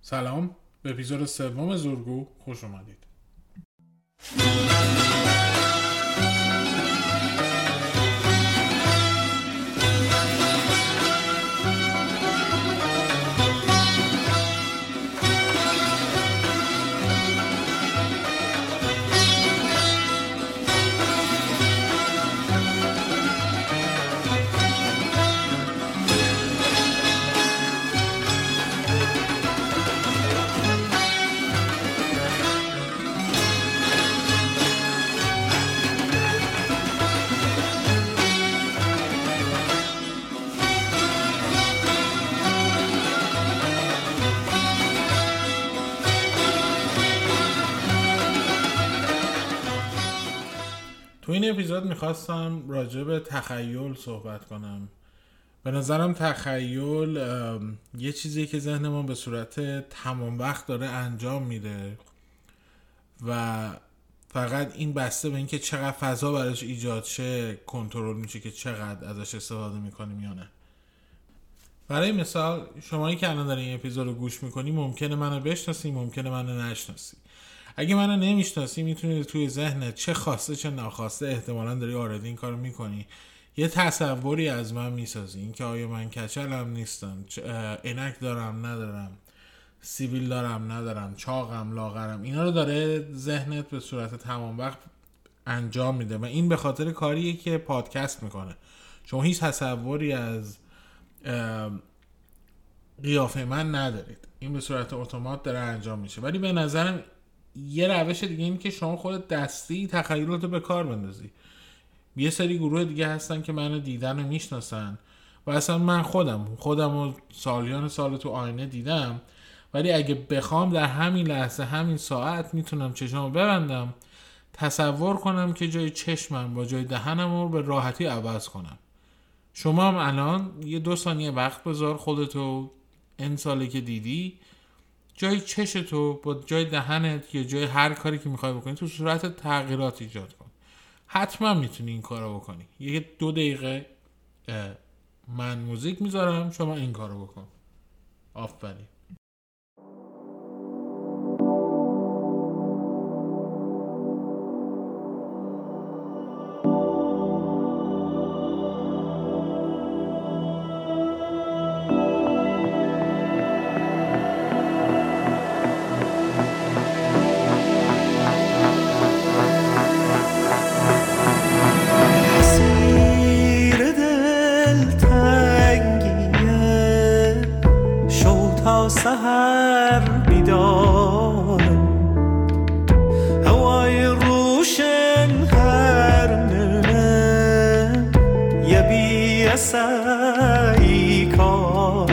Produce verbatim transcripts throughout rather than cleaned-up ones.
سلام، به اپیزود سوم زورگو خوش اومدید. تو این اپیزود میخواستم راجع به تخیل صحبت کنم. به نظرم تخیل یه چیزیه که ذهن ما به صورت تمام وقت داره انجام میده و فقط این بسته به این که چقدر فضا براش ایجاد شه کنترل میشه که چقدر ازش استفاده میکنیم یا نه. برای مثال شمایی که الان داری این اپیزود رو گوش میکنی ممکنه منو بشناسی، ممکنه منو نشناسی. اگه منو نمیشناسی میتونی توی ذهنت چه خواسته چه ناخواسته احتمالاً داری آردی این کارو میکنی یه تصوری از من میسازی، این که آیا من کچلم نیستم، عینک دارم ندارم، سیبیل دارم ندارم، چاقم لاغرم، اینا رو داره ذهنت به صورت تمام وقت انجام میده و این به خاطر کاریه که پادکست میکنه. شما هیچ تصوری از قیافه من ندارید، این به صورت اتومات داره انجام میشه. ولی به نظرم یه روش دیگه این که شما خودت دستی تخیلاتو به کار بندازی. یه سری گروه دیگه هستن که منو دیدن و میشناسن و اصلا من خودم خودم و سالیان سال تو آینه دیدم، ولی اگه بخوام در همین لحظه همین ساعت میتونم چشمو ببندم تصور کنم که جای چشمم با جای دهنم رو به راحتی عوض کنم. شما هم الان یه دو ثانیه وقت بذار خودتو این سالی که دیدی جای چشتو با جای دهنت یا جای هر کاری که میخوای بکنی تو صورت تغییرات ایجاد کن. حتما میتونی این کارو بکنی. یه دو دقیقه من موزیک میذارم، شما این کارو بکن. آفرین. سحر بیداره هوای روشن هرنه یه بی اصایی کار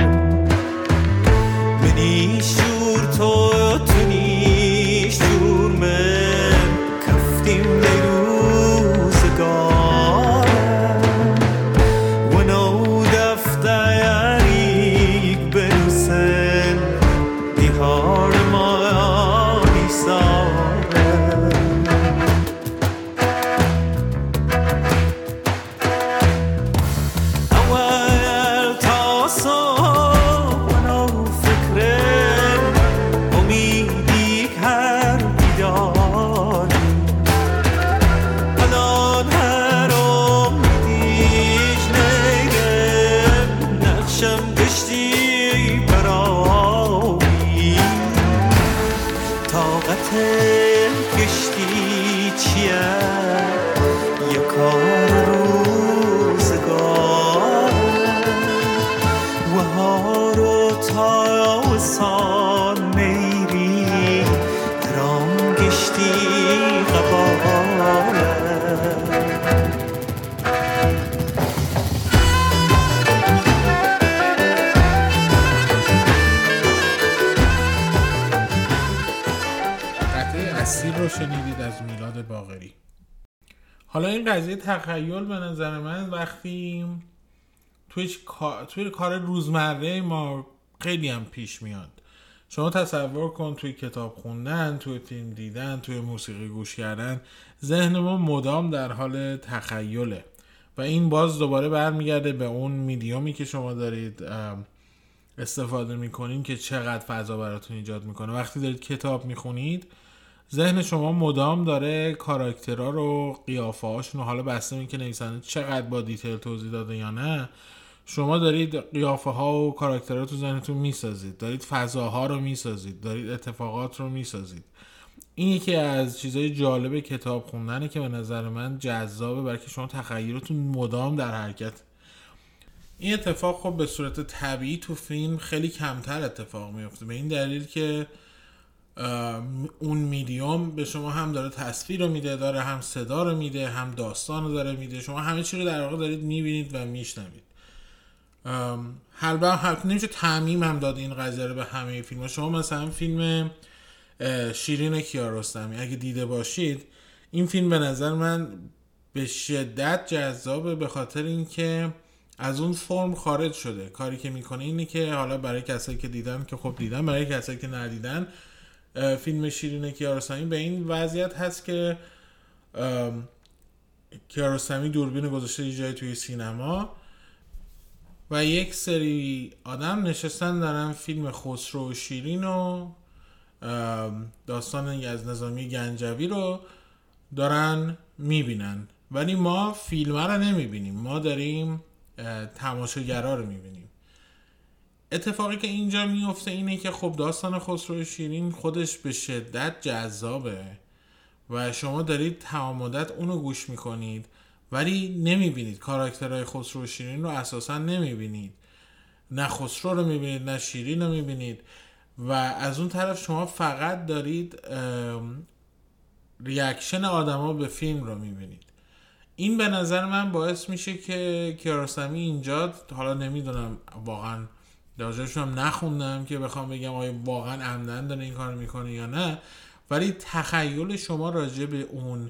منیش جور تو تو نیش جور من کفتیم بیروزگار و نو دفتریک بنوسه هار ما بیساره اول تا صبح نو فکر امیدی هر بیداری الان هر امیدیش نگم نقشم گشتی برای طاقت کشتی چیه یه کار روزگار و ها رو تا وسان میری رام گشتی غباره رو شنیدید از میلاد باقری. حالا این قضیه تخیل به نظر من وقتی توی کار توی کار روزمره ما خیلی هم پیش میاد. شما تصور کن توی کتاب خوندن، توی فیلم دیدن، توی موسیقی گوش کردن ذهن ما مدام در حال تخیله و این باز دوباره برمیگرده به اون میدیومی که شما دارید استفاده میکنین که چقدر فضا براتون ایجاد میکنه. وقتی دارید کتاب میخونید ذهن شما مدام داره کاراکترها رو، قیافه هاشون رو، حالا بسته این که نویسنده چقدر با دیتیل توضیح داده یا نه، شما دارید قیافه ها و کاراکترها تو ذهنتون میسازید، دارید فضاها رو میسازید، دارید اتفاقات رو میسازید. این یکی از چیزای جالب کتاب خوندنه که به نظر من جذابه، برای که شما تخیلتون مدام در حرکت. این اتفاق خب به صورت طبیعی تو فیلم خیلی کمتر اتفاق میفته، به این دلیل که اون میدیوم به شما هم داره تصویر رو میده، داره هم صدا رو میده، هم داستان رو داره میده، شما همه چی رو در واقع دارید میبینید و میشنوید. حالا حتی نمیشه تعمیم هم داد این قضیه رو به همه فیلم ها. شما مثلا فیلم شیرین کیارستمی اگه دیده باشید، این فیلم به نظر من به شدت جذابه، به خاطر اینکه از اون فرم خارج شده. کاری که میکنه اینه که حالا برای کسایی که دیدن که خب دیدن، برای کسایی که ندیدن، فیلم شیرین کیارستمی به این وضعیت هست که کیارستمی دوربین گذاشته یه جایی توی سینما و یک سری آدم نشستن دارن فیلم خسرو و شیرین و داستان از نظامی گنجوی رو دارن میبینن، ولی ما فیلم رو نمیبینیم، ما داریم تماشاگرها رو میبینیم. اتفاقی که اینجا میفته اینه که خب داستان خسرو و شیرین خودش به شدت جذابه و شما دارید تمام مدت اونو گوش میکنید ولی نمیبینید کاراکترهای خسرو و شیرین رو، اساسا نمیبینید، نه خسرو رو میبینید نه شیرین رو میبینید و از اون طرف شما فقط دارید ریاکشن آدما به فیلم رو میبینید. این به نظر من باعث میشه که کیارستمی اینجا، حالا نمیدونم واقعا راجعش هم نخوندم که بخوام بگم آیا واقعا عمدن داره این کار میکنه یا نه، ولی تخیل شما راجع به اون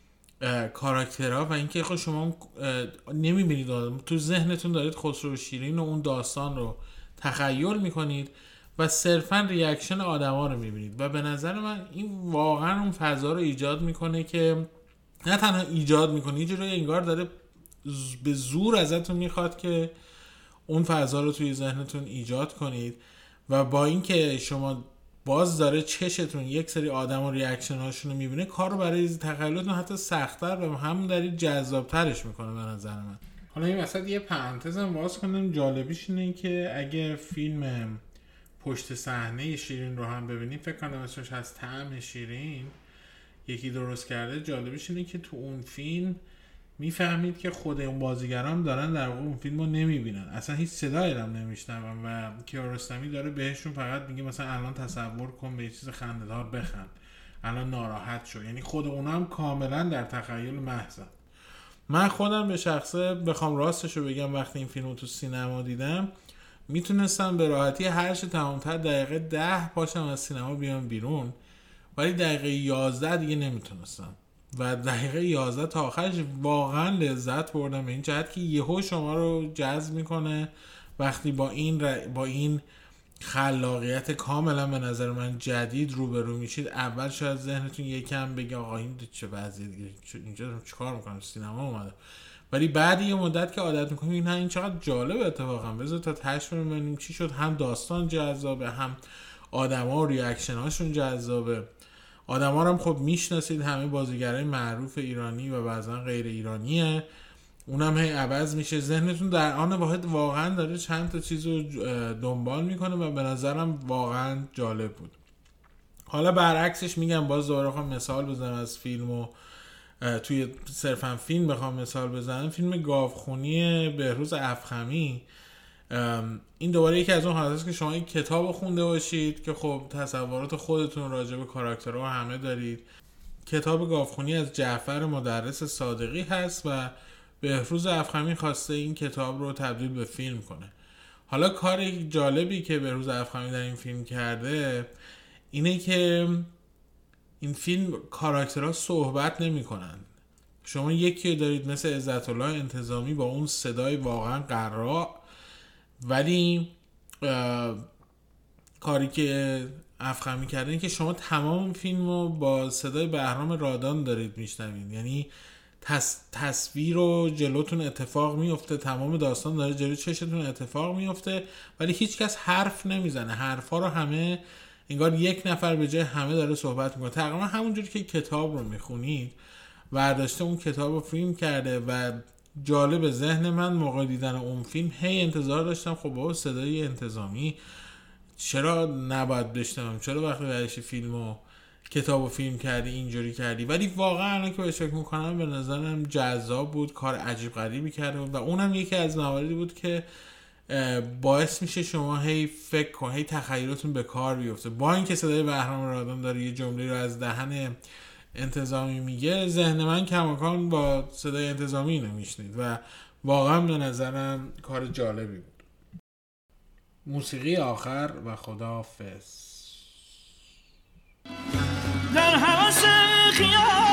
کاراکترها و اینکه خود شما نمیبینید، تو ذهنتون دارید خسرو و شیرین و اون داستان رو تخیل میکنید و صرفا ریاکشن آدما رو میبینید و به نظر من این واقعا اون فضا رو ایجاد میکنه که نه تنها ایجاد میکنه، یه جوری انگار داره به زور ازتون میخواد که اون فضا رو توی ذهنتون ایجاد کنید و با اینکه شما باز داره چشتون یک سری آدم و ریاکشن هاشون رو میبینه، کار رو برای تخیلتون حتی سخت‌تر و همون دارید جذابترش میکنه به نظر من. حالا این وسط یه پرانتز هم باز کنم، جالبیش اینه که اگه فیلم پشت صحنه شیرین رو هم ببینیم، فکر کنم اسمش از طعم شیرین، یکی درست کرده. جالبیش اینه که تو اون فیلم میفهمید که خود اون بازیگران دارن در واقع اون فیلم رو نمیبینن، اصلا هیچ صدایی هم نمیشنون و کیارستمی داره بهشون فقط میگه مثلا الان تصور کن به یه چیز خنده‌دار بخند، الان ناراحت شو، یعنی خود اونا هم کاملا در تخیل محضن. من خودم به شخصه بخوام راستشو بگم، وقتی این فیلم رو تو سینما دیدم میتونستم به راحتی هرچه تمامتر دقیقه ده پاشم از سینما بیام بیرون، ولی دقیقه یازده دیگه نمیتونستم و دقیقه یازده تا آخرش واقعا لذت بردم، به این جهت که یهو شما رو جذب میکنه وقتی با این ر... با این خلاقیت کاملا به نظر من جدید روبرو میشید. اول شاید ذهنتون یکم بگه آقا این چه وضعیه دیگه، اینجا چیکار میکنم، سینما اومده، ولی بعد یه مدت که عادت میکنید نه این چقدر جالب اتفاقا، بذار تا تاش ببینیم چی شد. هم داستان جذابه، هم آدما و ریاکشن هاشون جذابه. آدما رو هم خب میشناسید، همه بازیگرای معروف ایرانی و بعضا غیر ایرانیه، اونم هی عوض میشه. ذهنتون در آن واحد واقعا داره چند تا چیز رو دنبال میکنه و به نظرم واقعا جالب بود. حالا برعکسش میگم، باز دوباره خواهم مثال بزنم از فیلم و توی صرفا فیلم بخوام مثال بزنم، فیلم گاوخونی بهروز افخمی، این دوباره یکی از اون حالت است که شما یک کتاب خونده باشید که خب تصورات خودتون راجع به کاراکترها همه دارید. کتاب گاوخونی از جعفر مدرس صادقی هست و بهروز افخمی خواسته این کتاب رو تبدیل به فیلم کنه. حالا کار جالبی که بهروز افخمی در این فیلم کرده اینه که این فیلم کاراکترها صحبت نمی کنن. شما یکی دارید مثل عزت الله انتظامی با اون صدای واقعا قراء، ولی کاری که افخمی کرده این که شما تمام فیلم رو با صدای بهرام رادان دارید میشنوید، یعنی تص... تصویر رو جلوتون اتفاق میفته، تمام داستان داره جلو چشتون اتفاق میفته، ولی هیچ کس حرف نمیزنه. حرفا رو همه انگار یک نفر به جای همه داره صحبت میکنه. تقریبا همونجوری که کتاب رو میخونید برداشته اون کتاب رو فیلم کرده. و جالب ذهن من موقع دیدن اون فیلم هی انتظار داشتم خب بابا صدای انتظامی چرا نباید بشنوم، چرا وقتی برایش فیلم و کتاب و فیلم کردی اینجوری کردی. ولی واقعا الان که بهش فکر میکنم به نظرم جذاب بود، کار عجیب غریبی کرده و اونم یکی از مواردی بود که باعث میشه شما هی فکر کن، هی تخیلاتون به کار بیفته. با اینکه صدای بهرام رادان داره یه جمله رو از دهن انتظامی میگه، ذهن من کماکان با صدای انتظامی نمیشنید و واقعا به نظرم کار جالبی بود. موسیقی آخر و خداحافظ. در هوس خیال